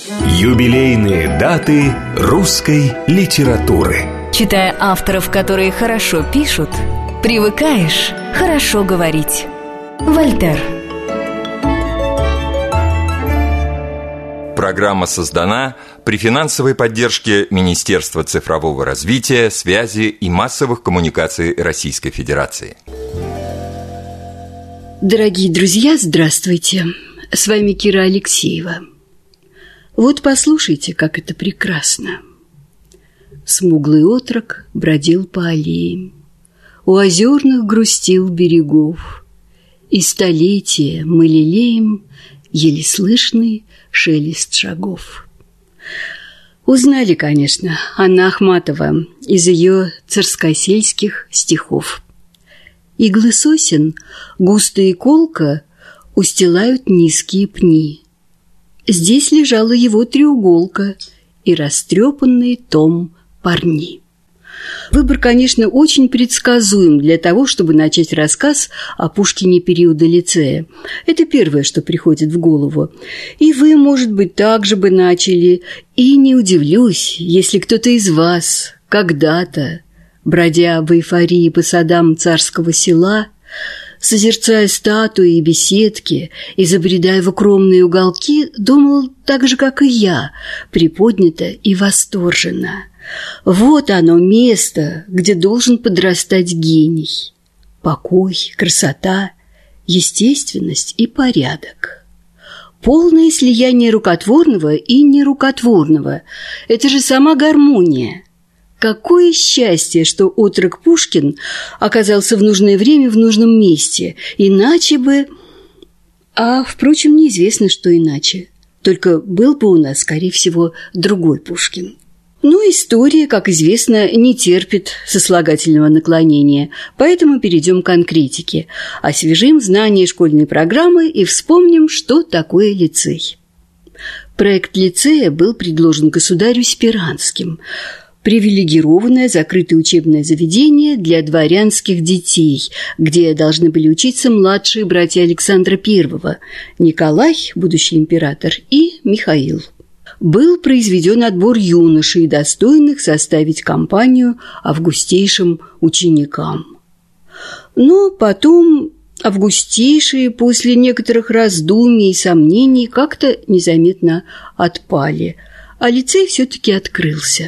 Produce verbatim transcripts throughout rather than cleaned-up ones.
Юбилейные даты русской литературы. Читая авторов, которые хорошо пишут, привыкаешь хорошо говорить. Вольтер. Программа создана при финансовой поддержке Министерства цифрового развития, связи и массовых коммуникаций Российской Федерации. Дорогие друзья, здравствуйте! С вами Кира Алексеева. Вот послушайте, как это прекрасно. Смуглый отрок бродил по аллеям, у озерных грустил берегов, и столетия мы лелеем еле слышный шелест шагов. Узнали, конечно, Анна Ахматова из ее царскосельских стихов. Иглы сосен, густо и колко, устилают низкие пни. Здесь лежала его треуголка и растрепанный том парни. Выбор, конечно, очень предсказуем для того, чтобы начать рассказ о Пушкине периода лицея. Это первое, что приходит в голову. И вы, может быть, так же бы начали. И не удивлюсь, если кто-то из вас когда-то, бродя в эйфории по садам царского села, созерцая статуи и беседки и забредая в укромные уголки, думал так же, как и я, приподнято и восторженно. Вот оно место, где должен подрастать гений. Покой, красота, естественность и порядок. Полное слияние рукотворного и нерукотворного – это же сама гармония. Какое счастье, что отрок Пушкин оказался в нужное время в нужном месте. Иначе бы... А, впрочем, неизвестно, что иначе. Только был бы у нас, скорее всего, другой Пушкин. Но история, как известно, не терпит сослагательного наклонения, поэтому перейдем к конкретике. Освежим знания школьной программы и вспомним, что такое лицей. Проект лицея был предложен государю Спиранским – привилегированное закрытое учебное заведение для дворянских детей, где должны были учиться младшие братья Александра Первого – Николай, будущий император, и Михаил. Был произведен отбор юношей, достойных составить компанию августейшим ученикам. Но потом августейшие после некоторых раздумий и сомнений как-то незаметно отпали, а лицей все-таки открылся.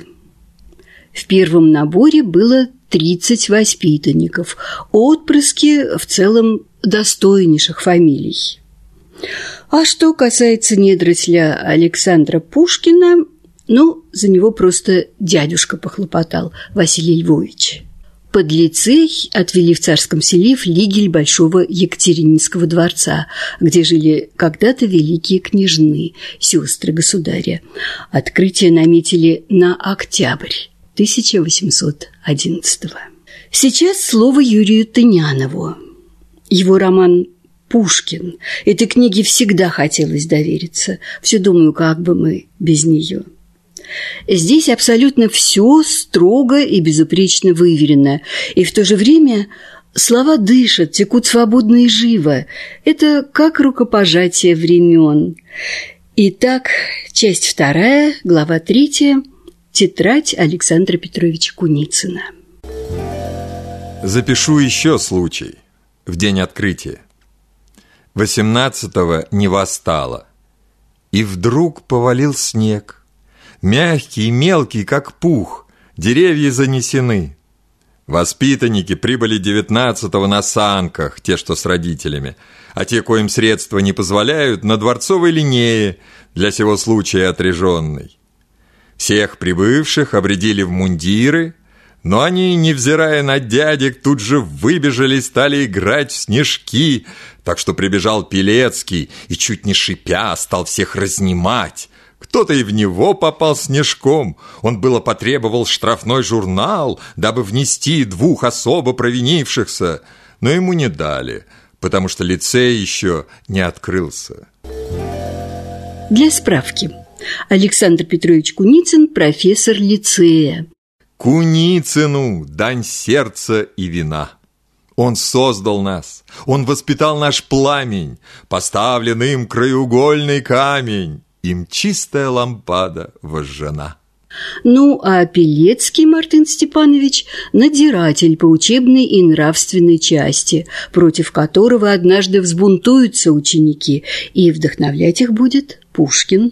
В первом наборе было тридцать воспитанников, отпрыски в целом достойнейших фамилий. А что касается недоросля Александра Пушкина, ну, за него просто дядюшка похлопотал, Василий Львович. Под лицей отвели в Царском селе флигель Большого Екатерининского дворца, где жили когда-то великие княжны, сестры государя. Открытие наметили на октябрь тысяча восемьсот одиннадцатого. Сейчас слово Юрию Тынянову. Его роман «Пушкин». Этой книге всегда хотелось довериться. Все думаю, как бы мы без нее. Здесь абсолютно все строго и безупречно выверено. И в то же время слова дышат, текут свободно и живо. Это как рукопожатие времен. Итак, часть вторая, глава третья. Тетрадь Александра Петровича Куницына. Запишу еще случай. В день открытия. восемнадцатого Нева стала, и вдруг повалил снег. Мягкий и мелкий, как пух, деревья занесены. Воспитанники прибыли девятнадцатого на санках, те, что с родителями, а те, коим средства не позволяют, на дворцовой линее, для сего случая отряженной. Всех прибывших обрядили в мундиры, но они, невзирая на дядек, тут же выбежали и стали играть в снежки, так что прибежал Пилецкий и, чуть не шипя, стал всех разнимать. Кто-то и в него попал снежком. Он было потребовал штрафной журнал, дабы внести двух особо провинившихся, но ему не дали, потому что лицей еще не открылся. Для справки. Александр Петрович Куницын – профессор лицея. Куницыну дань сердца и вина. Он создал нас, он воспитал наш пламень, поставлен им краеугольный камень. им чистая лампада вожжена. Ну, а Пелецкий Мартын Степанович – надзиратель по учебной и нравственной части, против которого однажды взбунтуются ученики, и вдохновлять их будет Пушкин.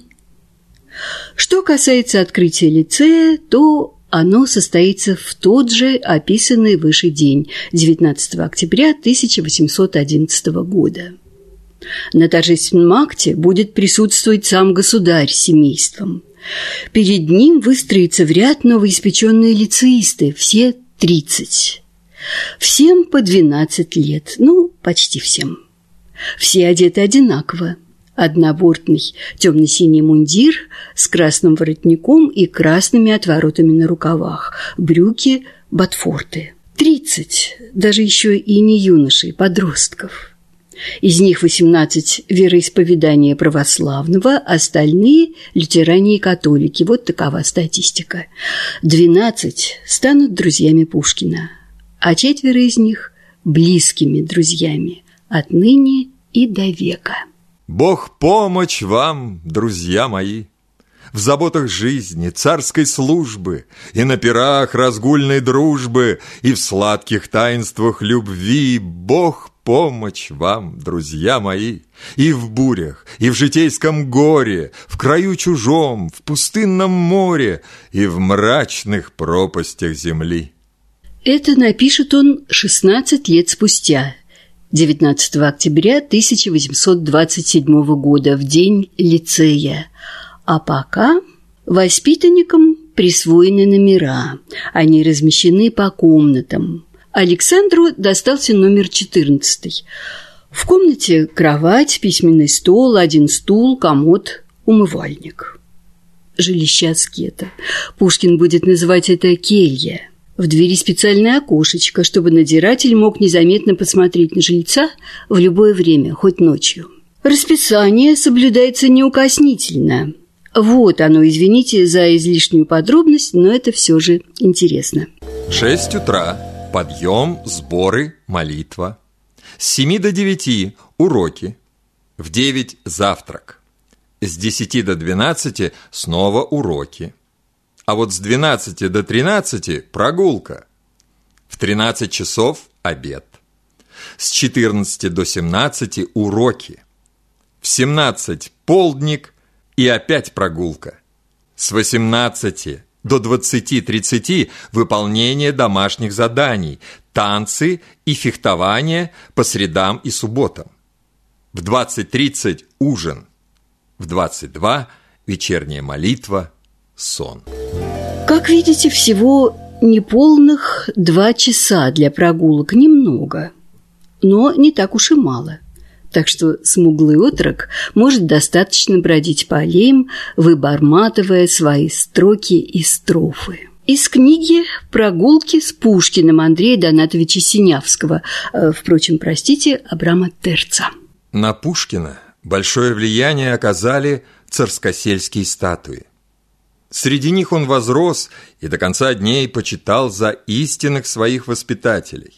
Что касается открытия лицея, то оно состоится в тот же описанный выше день, девятнадцатого октября тысяча восемьсот одиннадцатого года. На торжественном акте будет присутствовать сам государь с семейством. Перед ним выстроятся в ряд новоиспеченные лицеисты, все тридцать. Всем по двенадцать лет, ну, почти всем. Все одеты одинаково. Однобортный темно-синий мундир с красным воротником и красными отворотами на рукавах, брюки, ботфорты. Тридцать, даже еще и не юношей, подростков. Из них восемнадцать вероисповедания православного, остальные – лютеране и католики. Вот такова статистика. двенадцать станут друзьями Пушкина, а четверо из них – близкими друзьями отныне и до века. Бог помощь вам, друзья мои, в заботах жизни, царской службы, и на пирах разгульной дружбы, и в сладких таинствах любви. Бог помощь вам, друзья мои, и в бурях, и в житейском горе, в краю чужом, в пустынном море, и в мрачных пропастях земли. Это напишет он шестнадцать лет спустя, девятнадцатого октября тысяча восемьсот двадцать седьмого года, в день лицея. А пока воспитанникам присвоены номера, они размещены по комнатам. Александру достался номер четырнадцатый. В комнате кровать, письменный стол, один стул, комод, умывальник. Жилище аскета. Пушкин будет называть это келья. В двери специальное окошечко, чтобы надзиратель мог незаметно посмотреть на жильца в любое время, хоть ночью. Расписание соблюдается неукоснительно. Вот оно, извините за излишнюю подробность, но это все же интересно. Шесть утра. Подъем, сборы, молитва. С семи до девяти – уроки. В девять – завтрак. С десяти до двенадцати – снова уроки. А вот с двенадцати до тринадцати – прогулка. В тринадцать часов – обед. С четырнадцати до семнадцати – уроки. В семнадцать – полдник и опять прогулка. С восемнадцати до двадцати-тридцати выполнение домашних заданий, танцы и фехтование по средам и субботам. В двадцать-тридцать ужин. В двадцать два вечерняя молитва, сон. Как видите, всего неполных два часа для прогулок, немного, но не так уж и мало. Так что смуглый отрок может достаточно бродить по аллеям, выборматывая свои строки и строфы. Из книги «Прогулки с Пушкиным» Андрея Донатовича Синявского, впрочем, простите, Абрама Терца. На Пушкина большое влияние оказали царскосельские статуи. Среди них он возрос и до конца дней почитал за истинных своих воспитателей.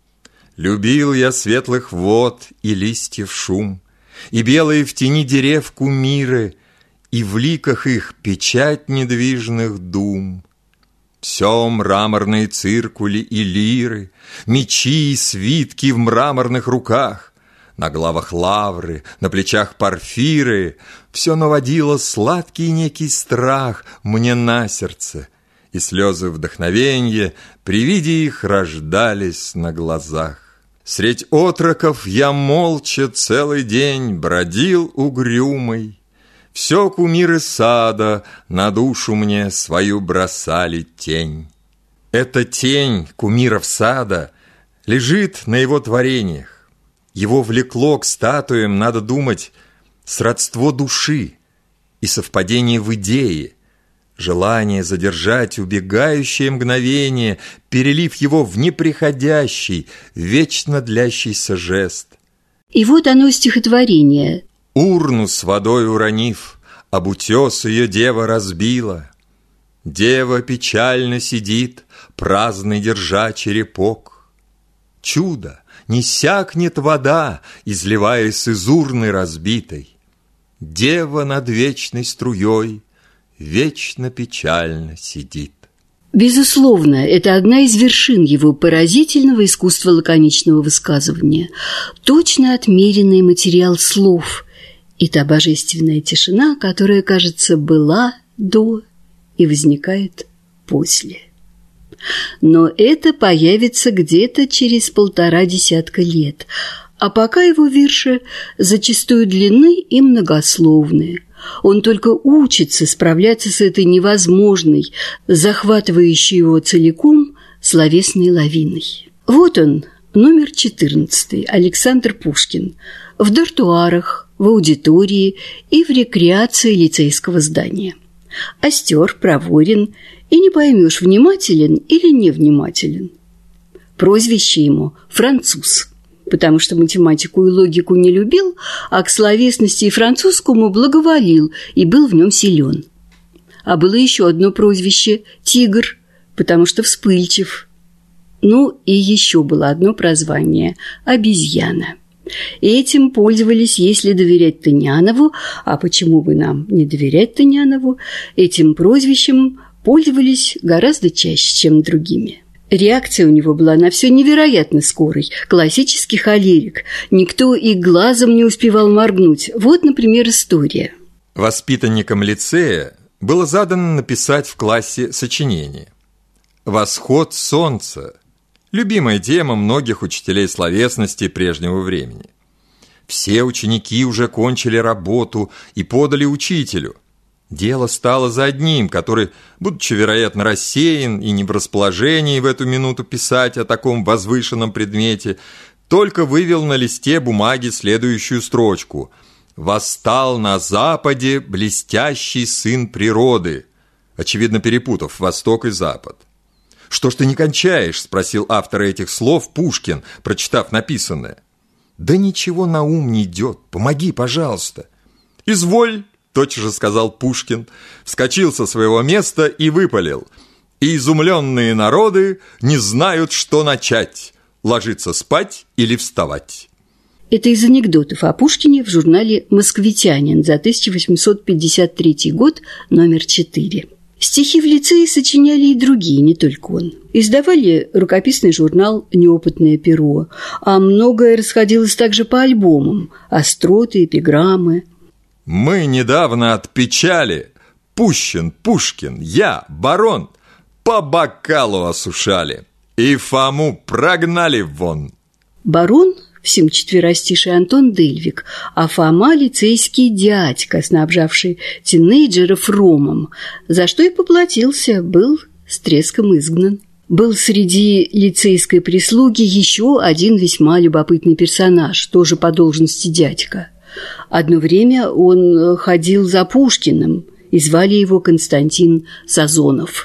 Любил я светлых вод и листьев шум, и белые в тени дерев кумиры, и в ликах их печать недвижных дум. Все мраморные циркули и лиры, мечи и свитки в мраморных руках, на главах лавры, на плечах порфиры, все наводило сладкий некий страх мне на сердце, и слезы вдохновенья при виде их рождались на глазах. Средь отроков я молча целый день бродил угрюмый. Все кумиры сада на душу мне свою бросали тень. Эта тень кумиров сада лежит на его творениях. Его влекло к статуям, надо думать, сродство души и совпадение в идее, желание задержать убегающее мгновение, перелив его в неприходящий, вечно длящийся жест. И вот оно стихотворение. Урну с водой уронив, об утес ее дева разбила. Дева печально сидит, праздный держа черепок. Чудо, не сякнет вода, изливаясь из урны разбитой. Дева над вечной струей вечно печально сидит. Безусловно, это одна из вершин его поразительного искусства лаконичного высказывания, точно отмеренный материал слов и та божественная тишина, которая, кажется, была до и возникает после. Но это появится где-то через полтора десятка лет, а пока его вирши зачастую длинны и многословны. Он только учится справляться с этой невозможной, захватывающей его целиком словесной лавиной. Вот он, номер четырнадцатый, Александр Пушкин, в дартуарах, в аудитории и в рекреации лицейского здания. Остер, проворен, и не поймешь, внимателен или невнимателен. Прозвище ему «француз», потому что математику и логику не любил, а к словесности и французскому благоволил и был в нем силен. А было еще одно прозвище «Тигр», потому что вспыльчив. Ну и еще было одно прозвание «Обезьяна». Этим пользовались, если доверять Тынянову, а почему бы нам не доверять Тынянову, этим прозвищем пользовались гораздо чаще, чем другими. Реакция у него была на все невероятно скорой. Классический холерик. Никто и глазом не успевал моргнуть. Вот, например, история. Воспитанникам лицея было задано написать в классе сочинение. «Восход солнца» – любимая тема многих учителей словесности прежнего времени. Все ученики уже кончили работу и подали учителю. Дело стало за одним, который, будучи, вероятно, рассеян и не в расположении в эту минуту писать о таком возвышенном предмете, только вывел на листе бумаги следующую строчку: «Восстал на западе блестящий сын природы», очевидно перепутав восток и запад. «Что ж ты не кончаешь?» – спросил автора этих слов Пушкин, прочитав написанное. «Да ничего на ум не идет, помоги, пожалуйста». «Изволь», – тотчас же сказал Пушкин, вскочил со своего места и выпалил: «И изумленные народы не знают, что начать, ложиться спать или вставать». Это из анекдотов о Пушкине в журнале «Москвитянин» за тысяча восемьсот пятьдесят третий год, номер четыре. Стихи в лицее сочиняли и другие, не только он. Издавали рукописный журнал «Неопытное перо», а многое расходилось также по альбомам, остроты, эпиграммы. «Мы недавно отпечали, Пущин, Пушкин, я, барон, по бокалу осушали, и Фому прогнали вон». Барон в семчетверостишие Антон Дельвик, а Фома – лицейский дядька, снабжавший тинейджеров ромом, за что и поплатился, был с треском изгнан. Был среди лицейской прислуги еще один весьма любопытный персонаж, тоже по должности дядька. Одно время он ходил за Пушкиным, и звали его Константин Сазонов.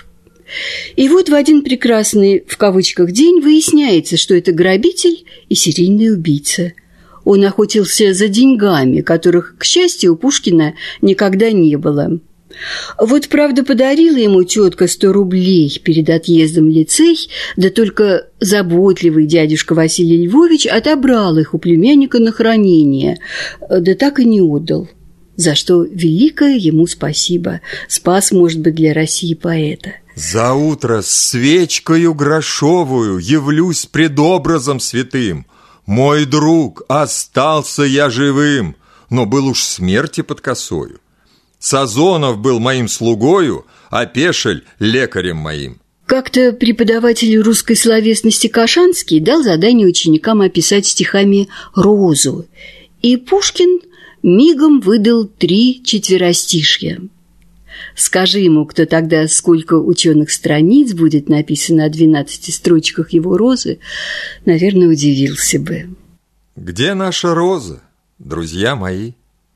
И вот в один прекрасный, в кавычках, день выясняется, что это грабитель и серийный убийца. Он охотился за деньгами, которых, к счастью, у Пушкина никогда не было. Вот, правда, подарила ему тетка сто рублей перед отъездом в лицей, да только заботливый дядюшка Василий Львович отобрал их у племянника на хранение, да так и не отдал. За что великое ему спасибо. Спас, может быть, для России поэта. «За утро с свечкою грошовую явлюсь пред образом святым. Мой друг, остался я живым, но был уж смерти под косою. Сазонов был моим слугою, а Пешель лекарем моим». Как-то преподаватель русской словесности Кашанский дал задание ученикам описать стихами розу, и Пушкин мигом выдал три четверостишья. Скажи ему, кто тогда, сколько ученых страниц будет написано о двенадцати строчках его розы, наверное, удивился бы. «Где наша роза, друзья мои?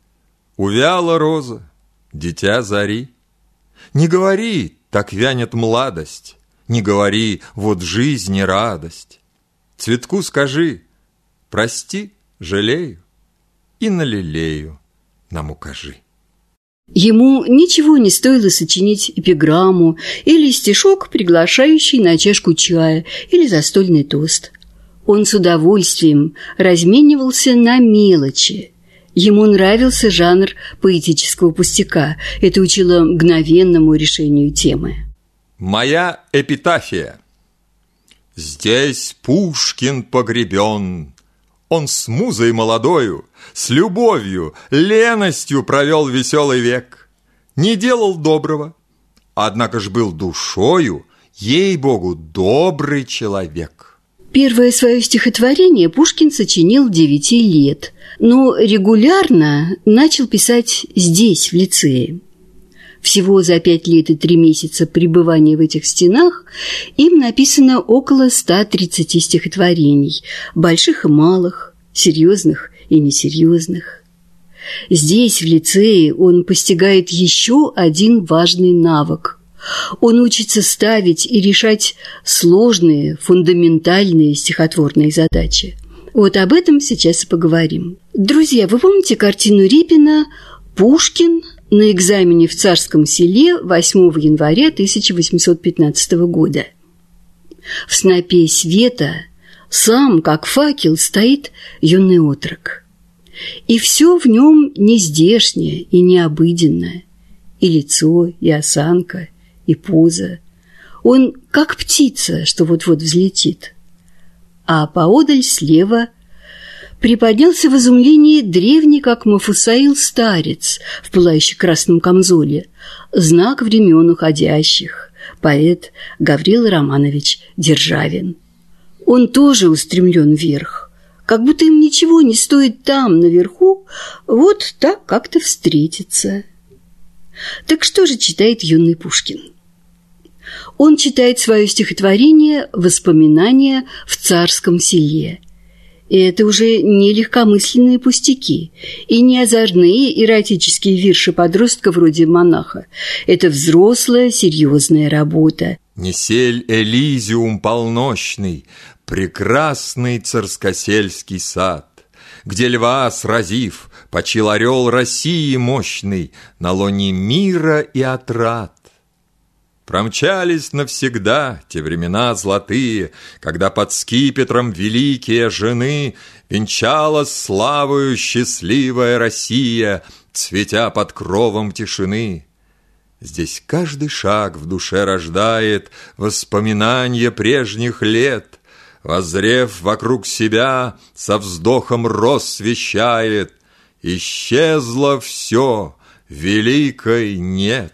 Увяла роза, дитя зари. Не говори, так вянет младость, не говори, вот жизнь и радость. Цветку скажи, прости, жалею, и на лилею нам укажи». Ему ничего не стоило сочинить эпиграмму или стишок, приглашающий на чашку чая или застольный тост. Он с удовольствием разменивался на мелочи, Ему нравился жанр поэтического пустяка. Это учило мгновенному решению темы. Моя эпитафия. Здесь Пушкин погребен. Он с музой молодою, с любовью, леностью провел веселый век. Не делал доброго, однако ж был душою, ей-богу, добрый человек. Первое свое стихотворение Пушкин сочинил девяти лет, но регулярно начал писать здесь, в лицее. Всего за пять лет и три месяца пребывания в этих стенах им написано около ста тридцати стихотворений, больших и малых, серьезных и несерьезных. Здесь, в лицее, он постигает еще один важный навык. Он учится ставить и решать сложные, фундаментальные стихотворные задачи. Вот об этом сейчас и поговорим. Друзья, вы помните картину Репина «Пушкин» на экзамене в Царском Селе восьмого января тысяча восемьсот пятнадцатого года? В снопе света сам, как факел, стоит юный отрок. И все в нем нездешнее и необыденное. И лицо, и осанка, и поза. Он как птица, что вот-вот взлетит. А поодаль слева приподнялся в изумлении древний, как Мафусаил, старец в пылающем красном камзоле, знак времен уходящих, поэт Гаврил Романович Державин. Он тоже устремлен вверх, как будто им ничего не стоит там, наверху, вот так как-то встретиться. Так что же читает юный Пушкин? Он читает свое стихотворение «Воспоминания в Царском Селе». И это уже не легкомысленные пустяки и не озорные эротические вирши подростка вроде монаха. Это взрослая серьезная работа. Не сель Элизиум полночный, прекрасный царскосельский сад, где льва сразив, почил орел России мощный на лоне мира и отрад. Промчались навсегда те времена золотые, когда под скипетром великие жены венчала славою счастливая Россия, цветя под кровом тишины. Здесь каждый шаг в душе рождает воспоминания прежних лет, воззрев вокруг себя, со вздохом росвещает: исчезло все, великой нет.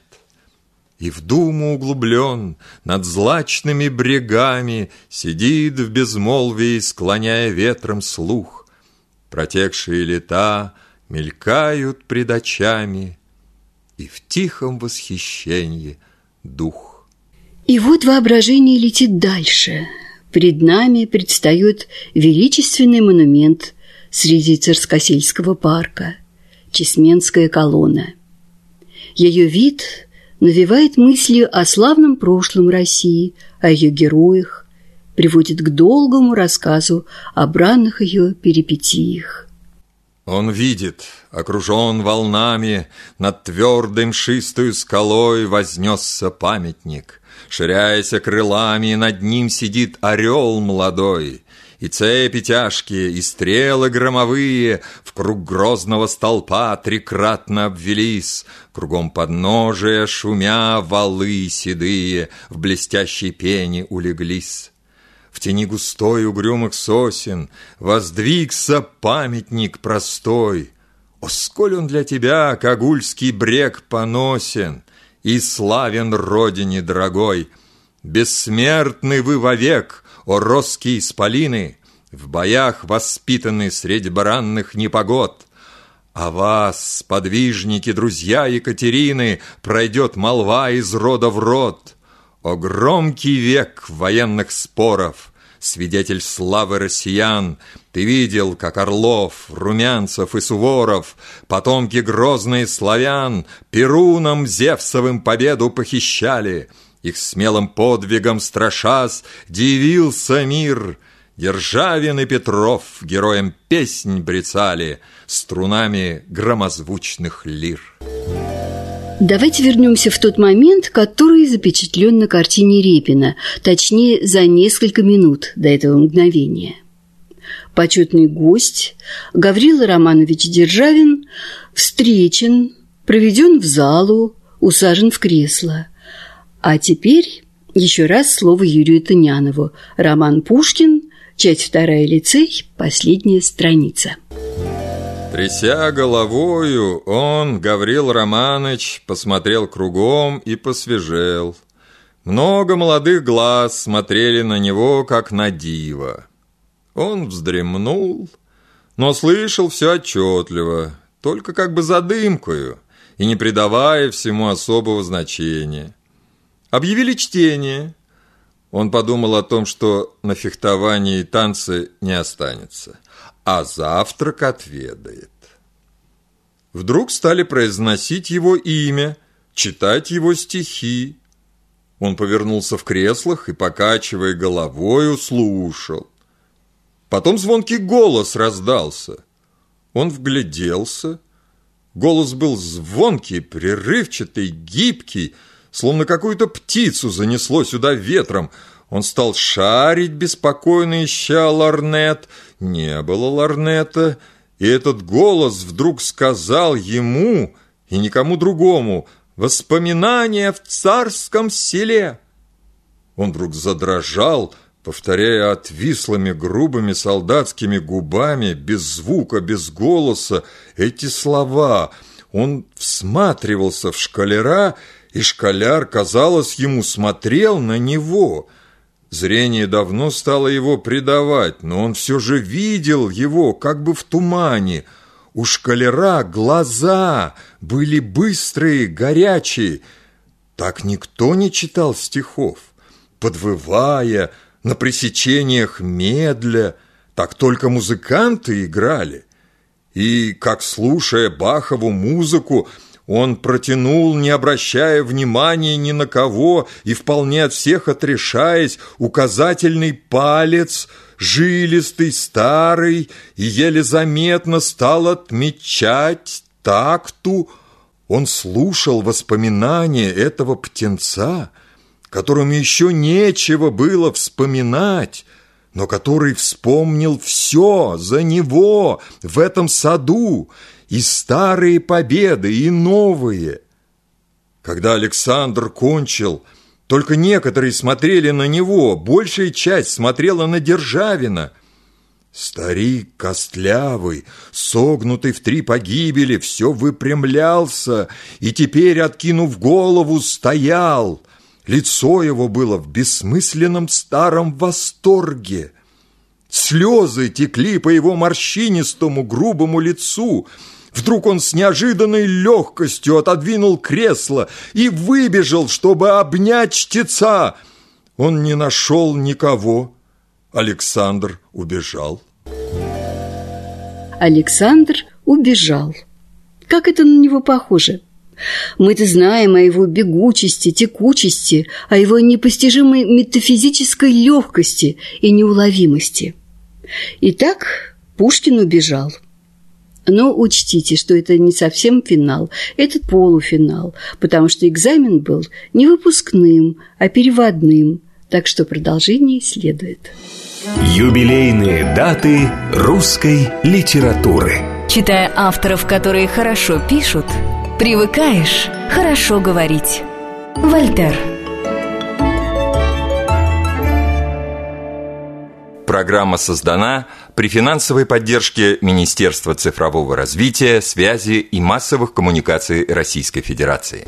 И в думу углублен над злачными брегами сидит в безмолвии, склоняя ветром слух. Протекшие лета мелькают пред очами, и в тихом восхищении дух. И вот воображение летит дальше. Пред нами предстает величественный монумент среди Царскосельского парка – Чесменская колонна. Ее вид навевает мысли о славном прошлом России, о ее героях, приводит к долгому рассказу о бранных ее перипетиях. Он видит, окружен волнами, над твердой мшистою скалой вознесся памятник. Ширяясь крылами, над ним сидит орел молодой, и цепи тяжкие, и стрелы громовые в круг грозного столпа трикратно обвелись, кругом подножия шумя валы седые в блестящей пене улеглись. В тени густой угрюмых сосен воздвигся памятник простой. О, сколь он для тебя, Когульский брег, поносен и славен родине дорогой! Бессмертны вы вовек, о росские исполины, в боях воспитаны средь бранных непогод. О вас, сподвижники, друзья Екатерины, пройдет молва из рода в род. О громкий век военных споров, свидетель славы россиян, ты видел, как Орлов, Румянцев и Суворов, потомки грозные славян, Перуном Зевсовым победу похищали. Их смелым подвигом страшась дивился мир. Державин и Петров героям песнь брецали струнами громозвучных лир. Давайте вернемся в тот момент, который запечатлен на картине Репина, точнее, за несколько минут до этого мгновения. почетный гость Гаврила Романович Державин встречен, проведен в залу, усажен в кресло. А теперь еще раз слово Юрию Тынянову. Роман Пушкин, часть вторая, лицей, последняя страница. Тряся головою, он, Гаврил Романыч, посмотрел кругом и посвежел. Много молодых глаз смотрели на него, как на диво. Он вздремнул, но слышал все отчетливо, только как бы за дымкою и не придавая всему особого значения. Объявили чтение. Он подумал о том, что на фехтовании и танцы не останется, а завтрак отведает. Вдруг стали произносить его имя, читать его стихи. Он повернулся в креслах и, покачивая головою, слушал. Потом звонкий голос раздался. Он вгляделся. Голос был звонкий, прерывчатый, гибкий, словно какую-то птицу занесло сюда ветром. Он стал шарить, беспокойно ища лорнет. Не было лорнета, и этот голос вдруг сказал ему и никому другому: «Воспоминания в царском селе». Он вдруг задрожал, повторяя отвислыми грубыми солдатскими губами, без звука, без голоса, эти слова. Он всматривался в школяра, и школяр, казалось, ему смотрел на него. Зрение давно стало его предавать, но он все же видел его, как бы в тумане. У школяра глаза были быстрые, горячие. Так никто не читал стихов, подвывая, на пресечениях медля. Так только музыканты играли. И, как слушая Бахову музыку, он протянул, не обращая внимания ни на кого и вполне от всех отрешаясь, указательный палец, жилистый, старый, и еле заметно стал отмечать такту. Он слушал воспоминания этого птенца, которому еще нечего было вспоминать, но который вспомнил все за него в этом саду, и старые победы, и новые. Когда Александр кончил, только некоторые смотрели на него, большая часть смотрела на Державина. Старик костлявый, согнутый в три погибели, все выпрямлялся и теперь, откинув голову, стоял. Лицо его было в бессмысленном старом восторге. Слезы текли по его морщинистому грубому лицу. Вдруг он с неожиданной легкостью отодвинул кресло и выбежал, чтобы обнять чтеца. Он не нашел никого. Александр убежал. Александр убежал. Как это на него похоже? Мы-то знаем о его бегучести, текучести, о его непостижимой метафизической легкости и неуловимости. Итак, Пушкин убежал. Но учтите, что это не совсем финал, это полуфинал, потому что экзамен был не выпускным, а переводным, так что продолжение следует. Юбилейные даты русской литературы. Читая авторов, которые хорошо пишут, привыкаешь хорошо говорить. Вольтер. Программа создана при финансовой поддержке Министерства цифрового развития, связи и массовых коммуникаций Российской Федерации.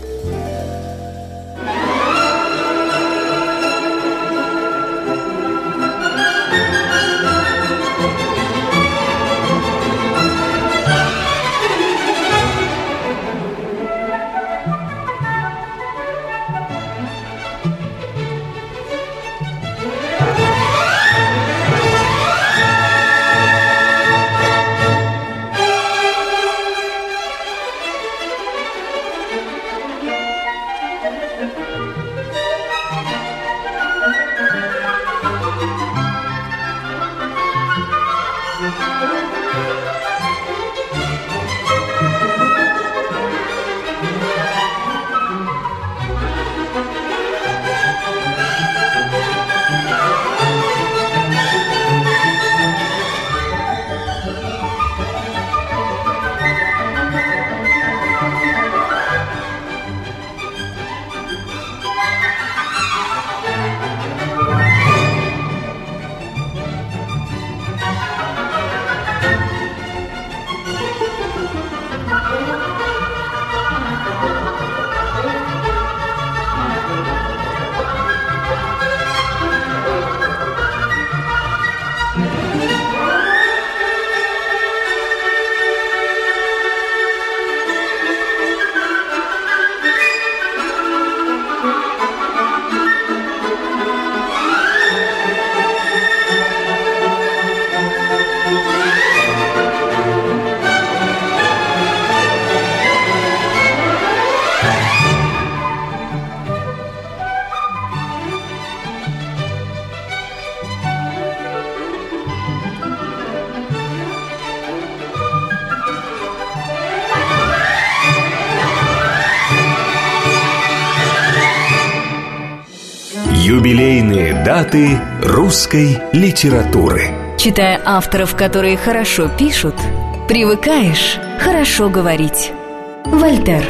Юбилейные даты русской литературы. Читая авторов, которые хорошо пишут, привыкаешь хорошо говорить. Вольтер.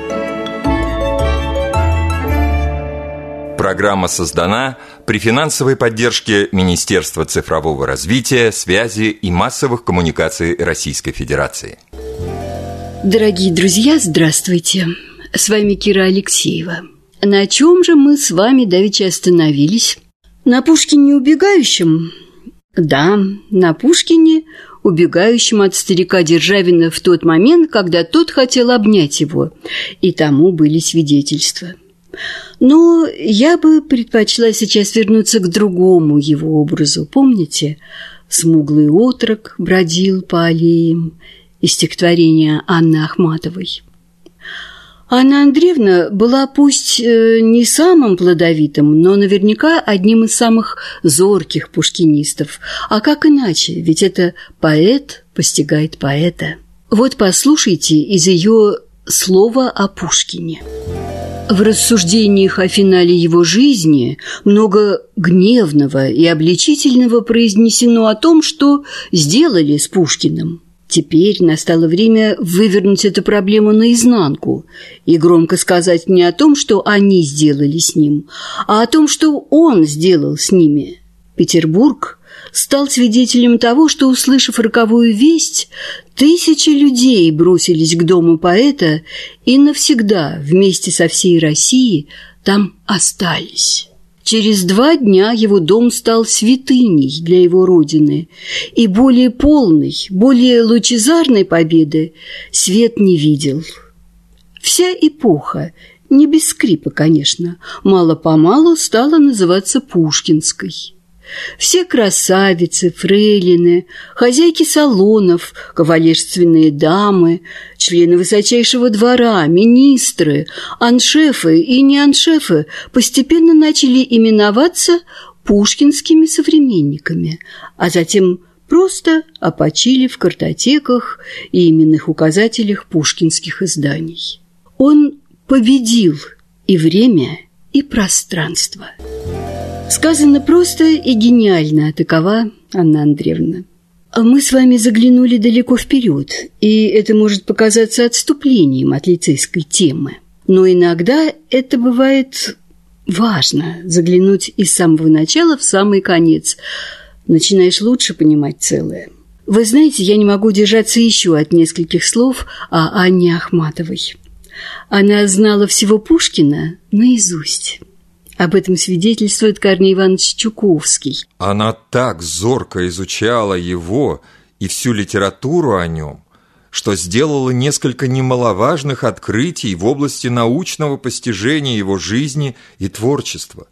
Программа создана при финансовой поддержке Министерства цифрового развития, связи и массовых коммуникаций Российской Федерации. Дорогие друзья, здравствуйте. С вами Кира Алексеева. На чем же мы с вами давеча остановились? На Пушкине убегающем? Да, на Пушкине, убегающем от старика Державина в тот момент, когда тот хотел обнять его, и тому были свидетельства. Но я бы предпочла сейчас вернуться к другому его образу. Помните, смуглый отрок бродил по аллеям, из стихотворения Анны Ахматовой. Анна Андреевна была пусть не самым плодовитым, но наверняка одним из самых зорких пушкинистов. А как иначе? Ведь это поэт постигает поэта. Вот послушайте из ее слова о Пушкине. В рассуждениях о финале его жизни много гневного и обличительного произнесено о том, что сделали с Пушкиным. Теперь настало время вывернуть эту проблему наизнанку и громко сказать не о том, что они сделали с ним, а о том, что он сделал с ними. Петербург стал свидетелем того, что, услышав роковую весть, тысячи людей бросились к дому поэта и навсегда вместе со всей Россией там остались. Через два дня его дом стал святыней для его родины, и более полной, более лучезарной победы свет не видел. Вся эпоха, не без скрипа, конечно, мало-помалу стала называться пушкинской. Все красавицы, фрейлины, хозяйки салонов, кавалерственные дамы, члены высочайшего двора, министры, аншефы и неаншефы постепенно начали именоваться пушкинскими современниками, а затем просто опочили в картотеках и именных указателях пушкинских изданий. Он победил и время, и пространство. Сказано просто и гениально, такова Анна Андреевна. Мы с вами заглянули далеко вперед, и это может показаться отступлением от лицейской темы. Но иногда это бывает важно, заглянуть из самого начала в самый конец. Начинаешь лучше понимать целое. Вы знаете, я не могу удержаться еще от нескольких слов о Анне Ахматовой. Она знала всего Пушкина наизусть. Об этом свидетельствует Корней Иванович Чуковский. Она так зорко изучала его и всю литературу о нем, что сделала несколько немаловажных открытий в области научного постижения его жизни и творчества.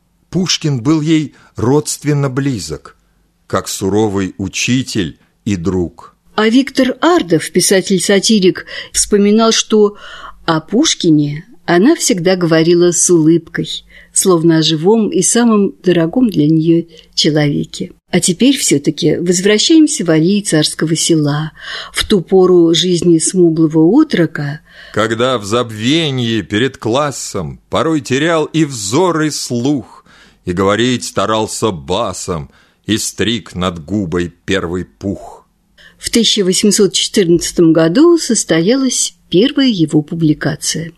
Пушкин был ей родственно близок, как суровый учитель и друг. А Виктор Ардов, писатель-сатирик, вспоминал, что о Пушкине она всегда говорила с улыбкой, словно о живом и самом дорогом для нее человеке. А теперь все-таки возвращаемся в аллеи Царского Села, в ту пору жизни смуглого отрока, когда в забвенье перед классом порой терял и взор, и слух, и говорить старался басом, и стриг над губой первый пух. В тысяча восемьсот четырнадцатом году состоялась первая его публикация.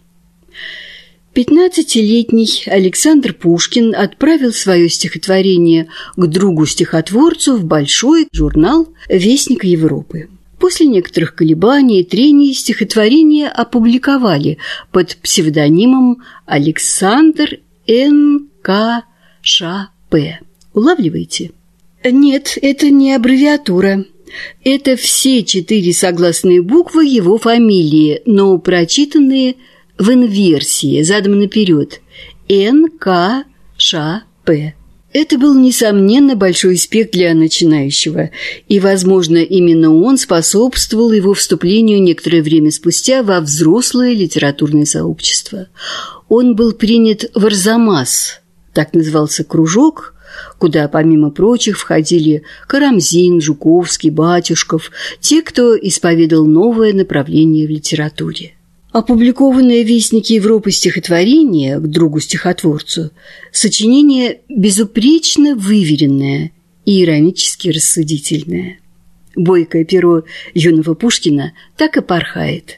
пятнадцатилетний Александр Пушкин отправил свое стихотворение к другу-стихотворцу в большой журнал «Вестник Европы». После некоторых колебаний и трений стихотворение опубликовали под псевдонимом Александр Н К Ш П. Улавливаете? Нет, это не аббревиатура. Это все четыре согласные буквы его фамилии, но прочитанные в инверсии, задом наперед. Н К Ш П. Это был, несомненно, большой успех для начинающего, и, возможно, именно он способствовал его вступлению некоторое время спустя во взрослое литературное сообщество. Он был принят в Арзамас, так назывался кружок, куда, помимо прочих, входили Карамзин, Жуковский, Батюшков, те, кто исповедал новое направление в литературе. Опубликованное в Вестнике Европы стихотворение к другу-стихотворцу – сочинение безупречно выверенное и иронически рассудительное. Бойкое перо юного Пушкина так и порхает.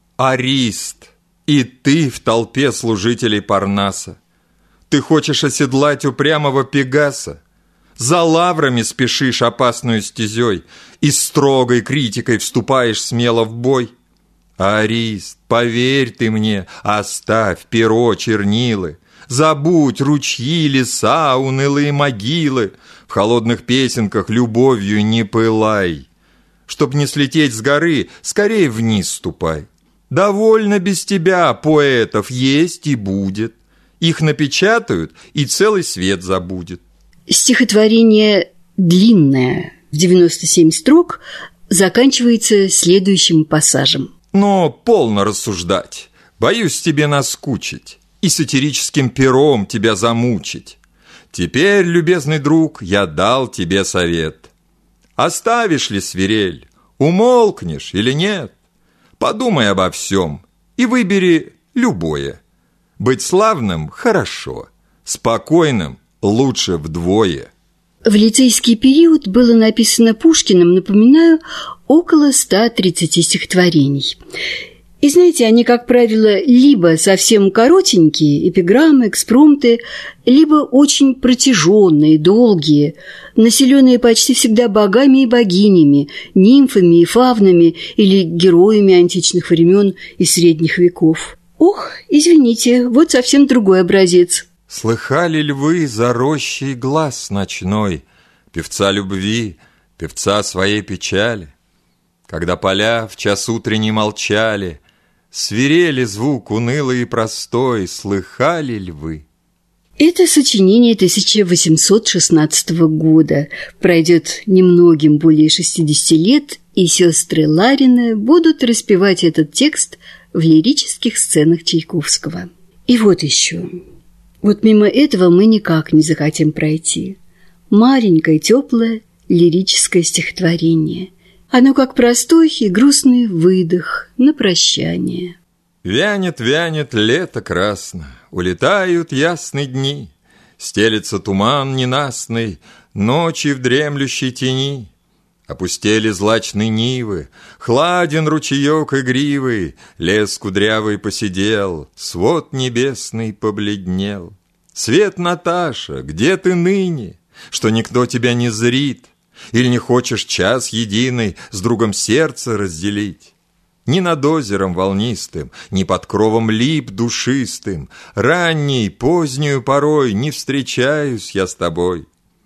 Арист, и ты в толпе служителей Парнаса. Ты хочешь оседлать упрямого Пегаса, за лаврами спешишь опасную стезей и строгой критикой вступаешь смело в бой. Арист, поверь ты мне, оставь перо, чернилы, забудь ручьи, леса, унылые могилы, в холодных песенках любовью не пылай. Чтоб не слететь с горы, скорее вниз ступай. Довольно без тебя поэтов есть и будет. Их напечатают, и целый свет забудет. Стихотворение длинное, в девяносто семь строк, заканчивается следующим пассажем. Но полно рассуждать, боюсь тебе наскучить и сатирическим пером тебя замучить. Теперь, любезный друг, я дал тебе совет. Оставишь ли свирель, умолкнешь или нет? Подумай обо всем и выбери любое. Быть славным – хорошо, спокойным – лучше вдвое. В лицейский период было написано Пушкиным, напоминаю, около ста тридцати стихотворений. И знаете, они, как правило, либо совсем коротенькие, эпиграммы, экспромты, либо очень протяженные, долгие, населенные почти всегда богами и богинями, нимфами и фавнами или героями античных времен и средних веков. Ох, извините, вот совсем другой образец. Слыхали ли вы за рощей глас ночной, певца любви, певца своей печали? Когда поля в час утренний молчали, свирели звук унылый и простой, слыхали ли вы? Это сочинение тысяча восемьсот шестнадцатого года. Пройдет немногим более шестидесяти лет, и сестры Ларины будут распевать этот текст в лирических сценах Чайковского. И вот еще. Вот мимо этого мы никак не захотим пройти. Маленькое, теплое, лирическое стихотворение. Оно как простой и грустный выдох на прощание. Вянет, вянет лето красно, улетают ясные дни, стелется туман ненастный, ночи в дремлющей тени. Опустели злачные нивы, хладен ручеек игривый, лес кудрявый посидел, свод небесный побледнел. Свет, Наташа, где ты ныне, что никто тебя не зрит? Или не хочешь час единый с другом сердце разделить? Ни над озером волнистым, ни под кровом лип душистым, ранней, позднюю порой не встречаюсь я с тобой.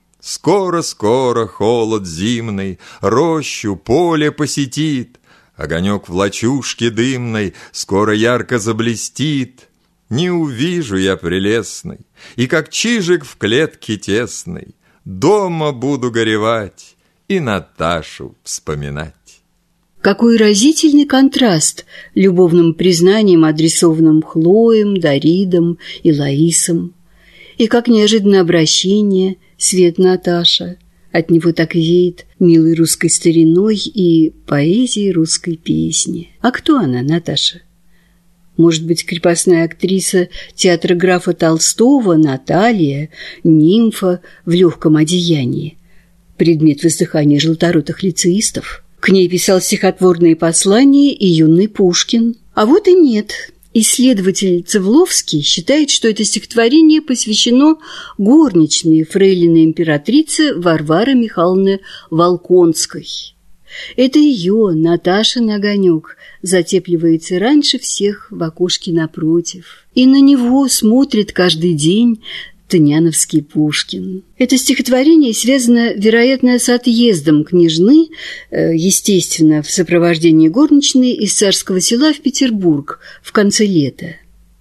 Скоро-скоро холод зимный рощу, поле посетит, огонек в лачушке дымной скоро ярко заблестит. Не увижу я прелестной, и как чижик в клетке тесной дома буду горевать и Наташу вспоминать. Какой разительный контраст любовным признаниям, адресованным Хлоям, Даридам и Лаисам. И как неожиданное обращение «Свет, Наташа». От него так и веет милой русской стариной и поэзией русской песни. А кто она, Наташа? Может быть, крепостная актриса театра графа Толстого Наталья, нимфа в легком одеянии, предмет воздыхания желторотых лицеистов? К ней писал стихотворные послания и юный Пушкин. А вот и нет. Исследователь Цивловский считает, что это стихотворение посвящено горничной фрейлиной императрице Варвары Михайловны Волконской. Это ее, Наташин огонек, затепливается раньше всех в окошке напротив. И на него смотрит каждый день Тыняновский Пушкин. Это стихотворение связано, вероятно, с отъездом княжны, естественно, в сопровождении горничной из Царского Села в Петербург в конце лета.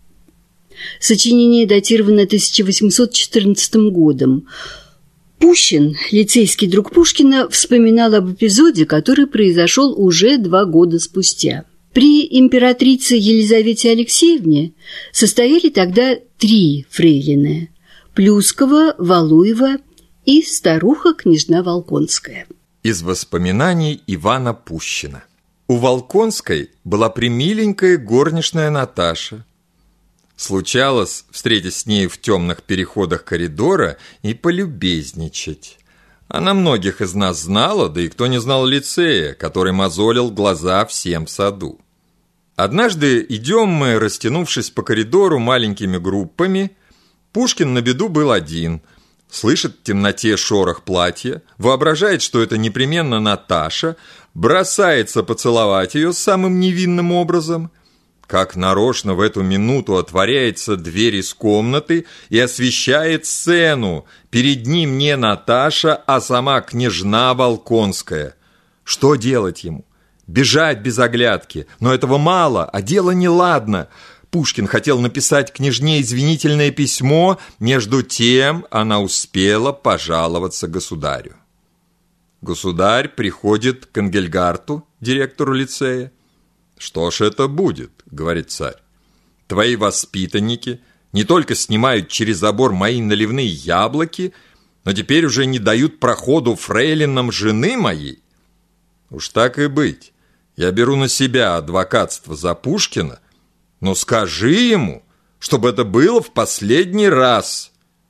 Сочинение датировано тысяча восемьсот четырнадцатым годом. Пущин, лицейский друг Пушкина, вспоминал об эпизоде, который произошел уже два года спустя. При императрице Елизавете Алексеевне состояли тогда три фрейлины – Плюскова, Валуева и старуха-княжна Волконская. Из воспоминаний Ивана Пущина. У Волконской была премиленькая горничная Наташа. Случалось встретить с ней в темных переходах коридора и полюбезничать. Она многих из нас знала, да и кто не знал лицея, который мозолил глаза всем в саду. Однажды идем мы, растянувшись по коридору маленькими группами. Пушкин на беду был один. Слышит в темноте шорох платья, воображает, что это непременно Наташа, бросается поцеловать ее самым невинным образом. Как нарочно в эту минуту отворяется дверь из комнаты и освещает сцену. Перед ним не Наташа, а сама княжна Волконская. Что делать ему? Бежать без оглядки, но этого мало, а дело неладно. Пушкин хотел написать княжне извинительное письмо, между тем она успела пожаловаться государю. Государь приходит к Энгельгарту, директору лицея. «Что ж это будет?» — говорит царь. «Твои воспитанники не только снимают через забор мои наливные яблоки, но теперь уже не дают проходу фрейлинам жены моей. Уж так и быть, я беру на себя адвокатство за Пушкина, но скажи ему, чтобы это было в последний раз».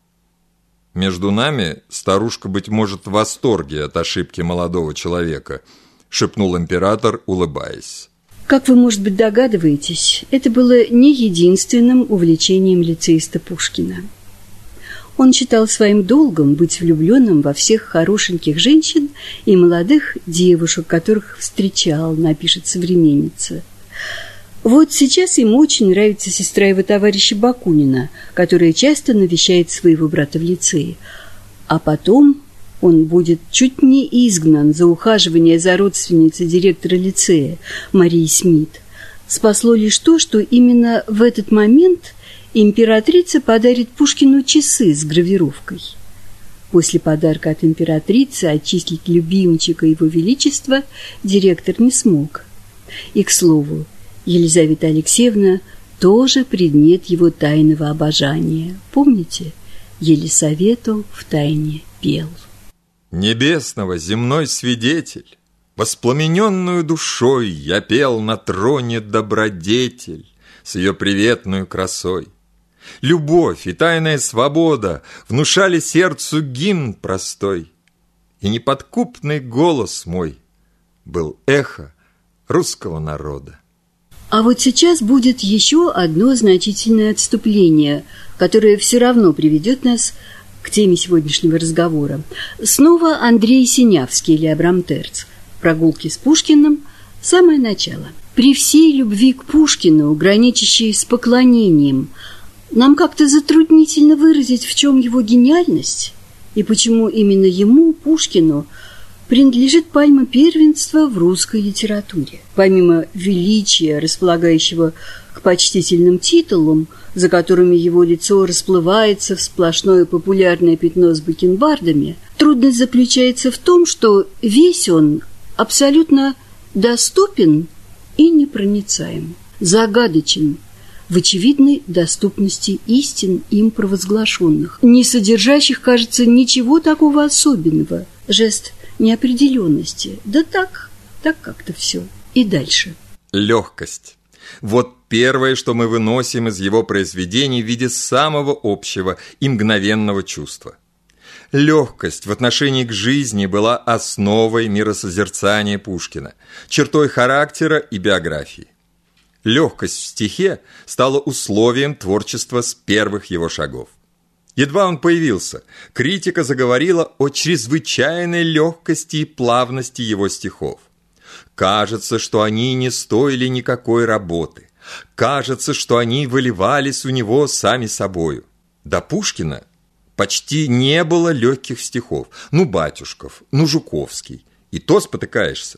Между нами старушка, быть может, в восторге от ошибки молодого человека, шепнул император, улыбаясь. Как вы, может быть, догадываетесь, это было не единственным увлечением лицеиста Пушкина. Он считал своим долгом быть влюбленным во всех хорошеньких женщин и молодых девушек, которых встречал, напишет современница. Вот сейчас ему очень нравится сестра его товарища Бакунина, которая часто навещает своего брата в лицее. А потом он будет чуть не изгнан за ухаживание за родственницей директора лицея Марии Смит. Спасло лишь то, что именно в этот момент императрица подарит Пушкину часы с гравировкой. После подарка от императрицы отчислить любимчика его величества директор не смог. И, к слову, Елизавета Алексеевна тоже предмет его тайного обожания. Помните? Елисавету втайне пел. Небесного земной свидетель, воспламененную душой я пел на троне добродетель с ее приветную красой. Любовь и тайная свобода внушали сердцу гимн простой, и неподкупный голос мой был эхо русского народа. А вот сейчас будет еще одно значительное отступление, которое все равно приведет нас к теме сегодняшнего разговора. Снова Андрей Синявский или Абрам Терц. Прогулки с Пушкиным. Самое начало. При всей любви к Пушкину, граничащей с поклонением, нам как-то затруднительно выразить, в чем его гениальность и почему именно ему, Пушкину, принадлежит пальма первенства в русской литературе. Помимо величия, располагающего к почтительным титулам, за которыми его лицо расплывается в сплошное популярное пятно с бакенбардами, трудность заключается в том, что весь он абсолютно доступен и непроницаем, загадочен в очевидной доступности истин им провозглашенных, не содержащих, кажется, ничего такого особенного, жест неопределенности. Да так, так как-то все. И дальше. Легкость. Вот первое, что мы выносим из его произведений в виде самого общего и мгновенного чувства. Легкость в отношении к жизни была основой миросозерцания Пушкина, чертой характера и биографии. Легкость в стихе стала условием творчества с первых его шагов. Едва он появился, критика заговорила о чрезвычайной легкости и плавности его стихов. Кажется, что они не стоили никакой работы. Кажется, что они выливались у него сами собою. До Пушкина почти не было легких стихов. Ну, Батюшков, ну, Жуковский. И то спотыкаешься.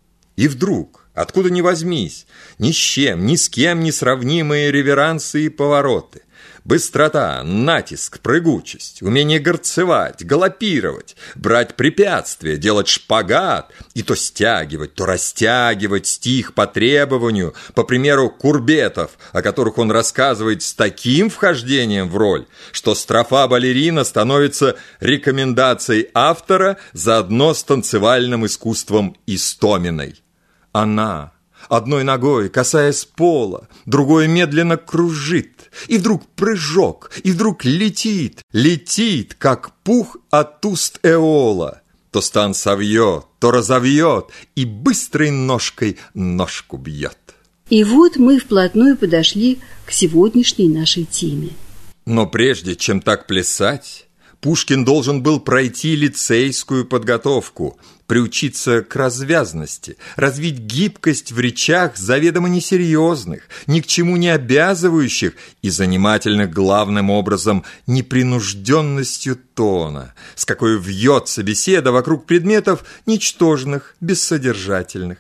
И вдруг, откуда ни возьмись, ни с чем, ни с кем не сравнимые реверансы и повороты. Быстрота, натиск, прыгучесть, умение горцевать, галопировать, брать препятствия, делать шпагат и то стягивать, то растягивать стих по требованию, по примеру курбетов, о которых он рассказывает с таким вхождением в роль, что строфа балерина становится рекомендацией автора заодно с танцевальным искусством Истоминой. она, одной ногой, касаясь пола, другой медленно кружит, и вдруг прыжок, и вдруг летит, летит, как пух от уст Эола. То стан совьет, то разовьет, и быстрой ножкой ножку бьет. И вот мы вплотную подошли к сегодняшней нашей теме. Но прежде чем так плясать, Пушкин должен был пройти лицейскую подготовку, приучиться к развязности, развить гибкость в речах заведомо несерьезных, ни к чему не обязывающих и занимательных главным образом непринужденностью тона, с какой вьется беседа вокруг предметов ничтожных, бессодержательных.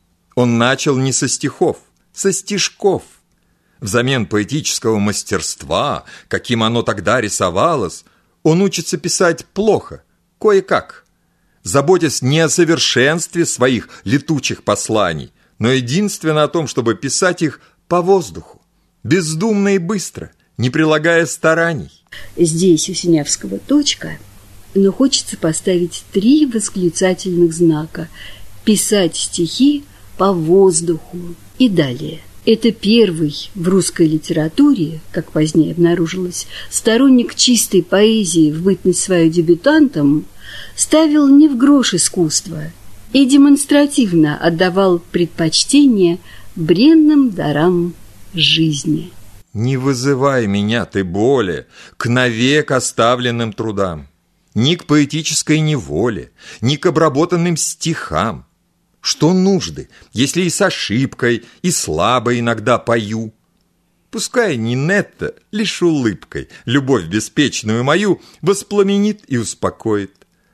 Он начал не со стихов, со стишков. Взамен поэтического мастерства, каким оно тогда рисовалось, он учится писать плохо, кое-как, заботясь не о совершенстве своих летучих посланий, но единственно о том, чтобы писать их по воздуху, бездумно и быстро, не прилагая стараний. Здесь у Синявского точка, но хочется поставить три восклицательных знака: писать стихи по воздуху. И далее. Это первый в русской литературе, как позднее обнаружилось, сторонник чистой поэзии в бытность свою дебютантом ставил не в грош искусства и демонстративно отдавал предпочтение бренным дарам жизни. Не вызывай меня ты более к навек оставленным трудам, ни к поэтической неволе, ни к обработанным стихам. Что нужды, если и с ошибкой, и слабо иногда пою? Пускай Нинетта лишь улыбкой любовь беспечную мою воспламенит и успокоит.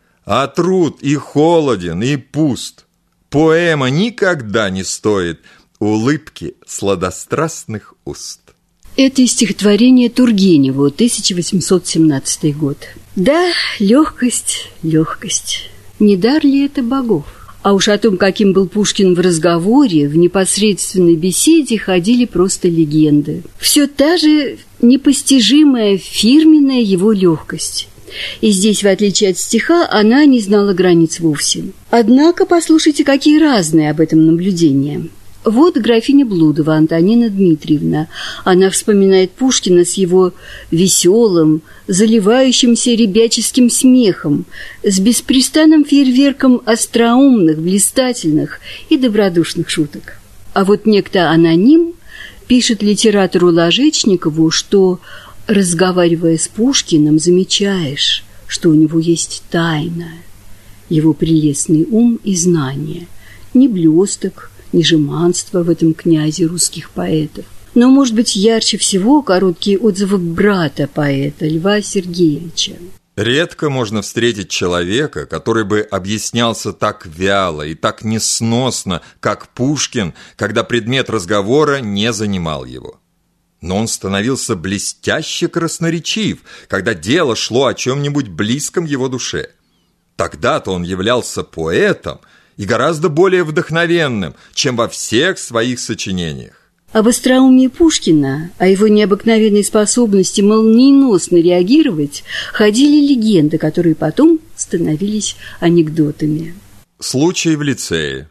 А труд и холоден, и пуст. Поэма никогда не стоит улыбки сладострастных уст. Это стихотворение Тургеневу, тысяча восемьсот семнадцатый год. Да, легкость, легкость. Не дар ли это богов? А уж о том, каким был Пушкин в разговоре, в непосредственной беседе, ходили просто легенды. Все та же непостижимая, фирменная его легкость. И здесь, в отличие от стиха, она не знала границ вовсе. Однако послушайте, какие разные об этом наблюдения. Вот графиня Блудова Антонина Дмитриевна. Она вспоминает Пушкина с его веселым, заливающимся ребяческим смехом, с беспрестанным фейерверком остроумных, блистательных и добродушных шуток. А вот некто аноним пишет литератору Ложечникову, что, разговаривая с Пушкиным, замечаешь, что у него есть тайна, его прелестный ум и знания, не блесток, ни жеманства в этом князе русских поэтов. Но, может быть, ярче всего короткие отзывы брата поэта Льва Сергеевича. Редко можно встретить человека, который бы объяснялся так вяло и так несносно, как Пушкин, когда предмет разговора не занимал его. Но он становился блестяще красноречив, когда дело шло о чем-нибудь близком его душе. Тогда-то он являлся поэтом, и гораздо более вдохновенным, чем во всех своих сочинениях. Об остроумии Пушкина, о его необыкновенной способности молниеносно реагировать, ходили легенды, которые потом становились анекдотами. Случай в лицее.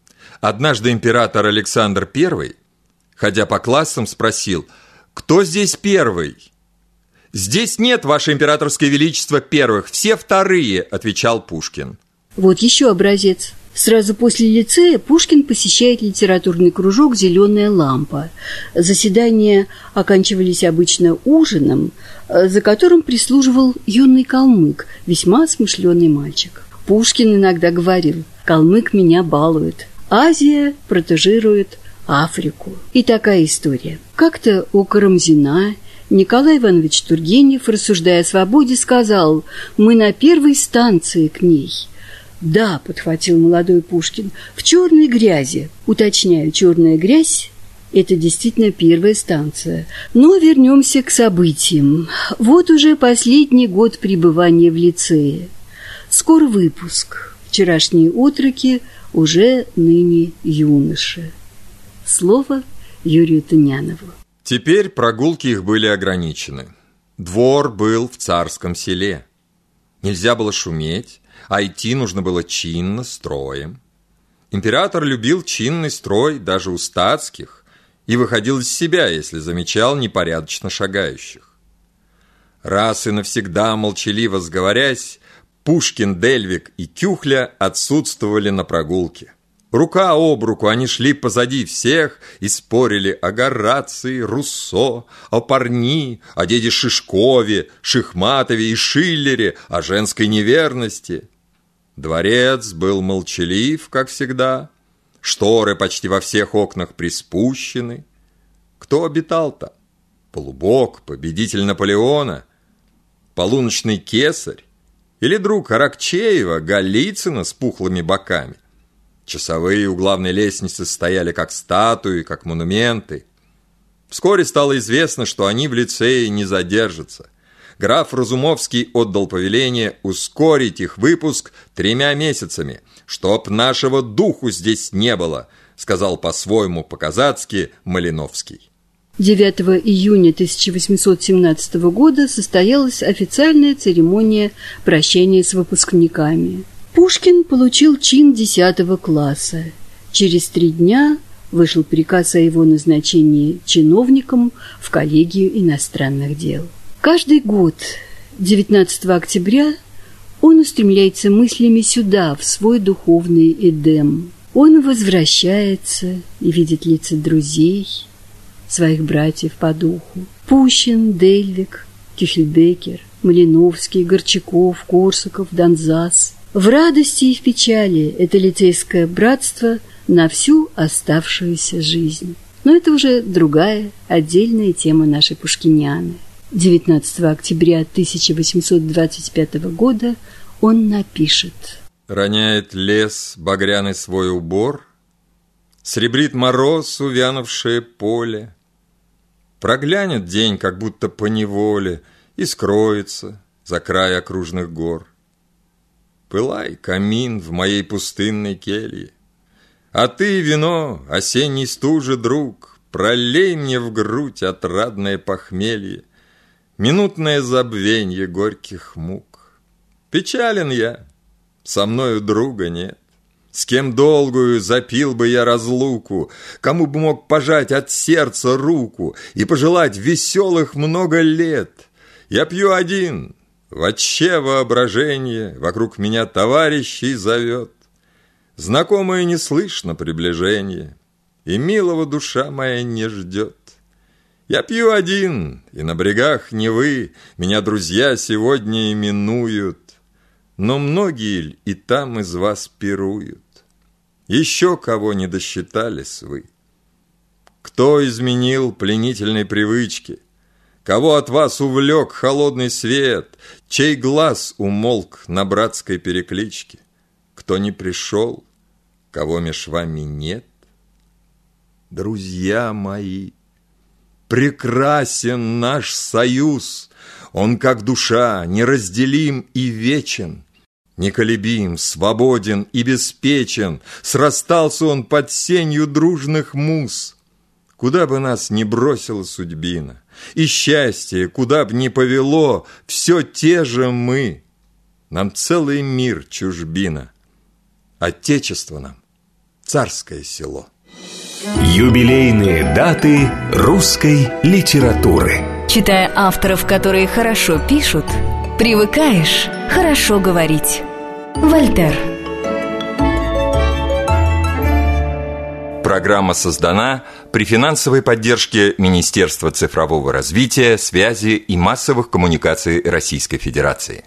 Однажды император Александр Первый, ходя по классам, спросил: «Кто здесь первый?» «Здесь нет, ваше императорское величество, первых, все вторые», — отвечал Пушкин. Вот еще образец. Сразу после лицея Пушкин посещает литературный кружок «Зеленая лампа». Заседания оканчивались обычно ужином, за которым прислуживал юный калмык, весьма смышленый мальчик. Пушкин иногда говорил: «Калмык меня балует, Азия протежирует Африку». И такая история. Как-то у Карамзина Николай Иванович Тургенев, рассуждая о свободе, сказал: «Мы на первой станции к ней». «Да», — подхватил молодой Пушкин, — «в черной грязи». Уточняю, черная грязь — это действительно первая станция. Но вернемся к событиям. Вот уже последний год пребывания в лицее. Скоро выпуск. Вчерашние отроки уже ныне юноши. Слово Юрию Тынянову. Теперь прогулки их были ограничены. Двор был в царском селе. Нельзя было шуметь, а идти нужно было чинно, строем. Император любил чинный строй даже у статских и выходил из себя, если замечал непорядочно шагающих. Раз и навсегда молчаливо сговорясь, Пушкин, Дельвиг и Кюхля отсутствовали на прогулке. Рука об руку они шли позади всех и спорили о Горации, Руссо, о Парни, о деде Шишкове, Шихматове и Шиллере, о женской неверности. Дворец был молчалив, как всегда, шторы почти во всех окнах приспущены. Кто обитал-то? Полубог, победитель Наполеона, полуночный кесарь или друг Аракчеева, Голицына с пухлыми боками? Часовые у главной лестницы стояли как статуи, как монументы. Вскоре стало известно, что они в лицее не задержатся. Граф Разумовский отдал повеление ускорить их выпуск тремя месяцами, чтоб нашего духу здесь не было, сказал по-своему по-казацки Малиновский. девятого июня тысяча восемьсот семнадцатого года состоялась официальная церемония прощения с выпускниками. Пушкин получил чин десятого класса. Через три дня вышел приказ о его назначении чиновником в коллегию иностранных дел. Каждый год, девятнадцатого октября, он устремляется мыслями сюда, в свой духовный Эдем. Он возвращается и видит лица друзей, своих братьев по духу. Пущин, Дельвиг, Кюхельбекер, Малиновский, Горчаков, Корсаков, Донзас. В радости и в печали это лицейское братство на всю оставшуюся жизнь. Но это уже другая, отдельная тема нашей пушкинианы. девятнадцатого октября тысяча восемьсот двадцать пятого года он напишет: «Роняет лес багряный свой убор, сребрит мороз увянувшее поле, проглянет день, как будто поневоле, и скроется за край окружных гор. Пылай, камин, в моей пустынной келье, а ты, вино, осенний стужи, друг, пролей мне в грудь отрадное похмелье, минутное забвенье горьких мук. Печален я, со мною друга нет, с кем долгую запил бы я разлуку, кому бы мог пожать от сердца руку и пожелать веселых много лет. Я пью один, вотще воображение вокруг меня товарищей зовет. Знакомое не слышно приближение, и милого душа моя не ждет. Я пью один, и на брегах Невы меня друзья сегодня именуют, но многие и там из вас пируют. Еще кого не досчитались вы? Кто изменил пленительной привычки? Кого от вас увлек холодный свет? Чей глаз умолк на братской перекличке? Кто не пришел? Кого меж вами нет? Друзья мои, прекрасен наш союз, он как душа, неразделим и вечен, неколебим, свободен и беспечен, срастался он под сенью дружных муз. Куда бы нас ни бросила судьбина, и счастье, куда б ни повело, все те же мы. Нам целый мир чужбина, отечество нам царское село. Юбилейные даты русской литературы. Читая авторов, которые хорошо пишут, привыкаешь хорошо говорить. Вольтер. Программа создана при финансовой поддержке Министерства цифрового развития, связи и массовых коммуникаций Российской Федерации.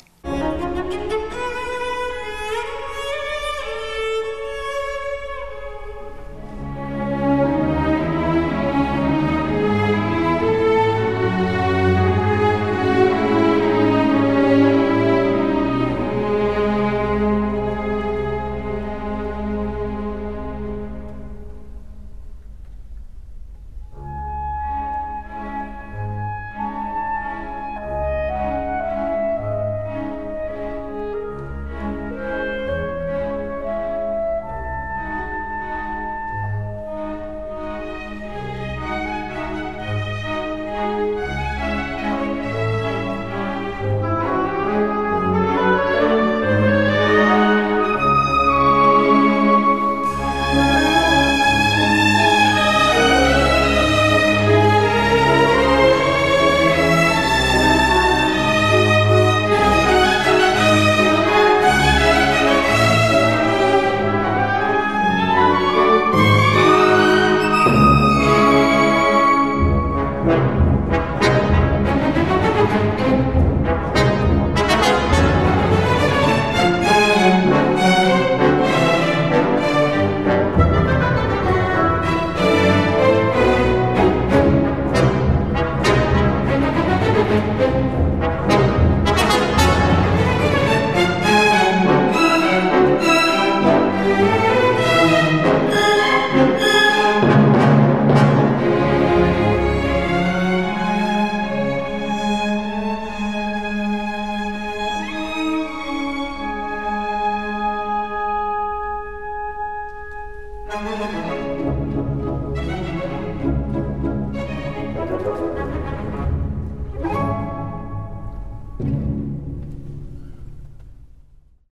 Вольтера.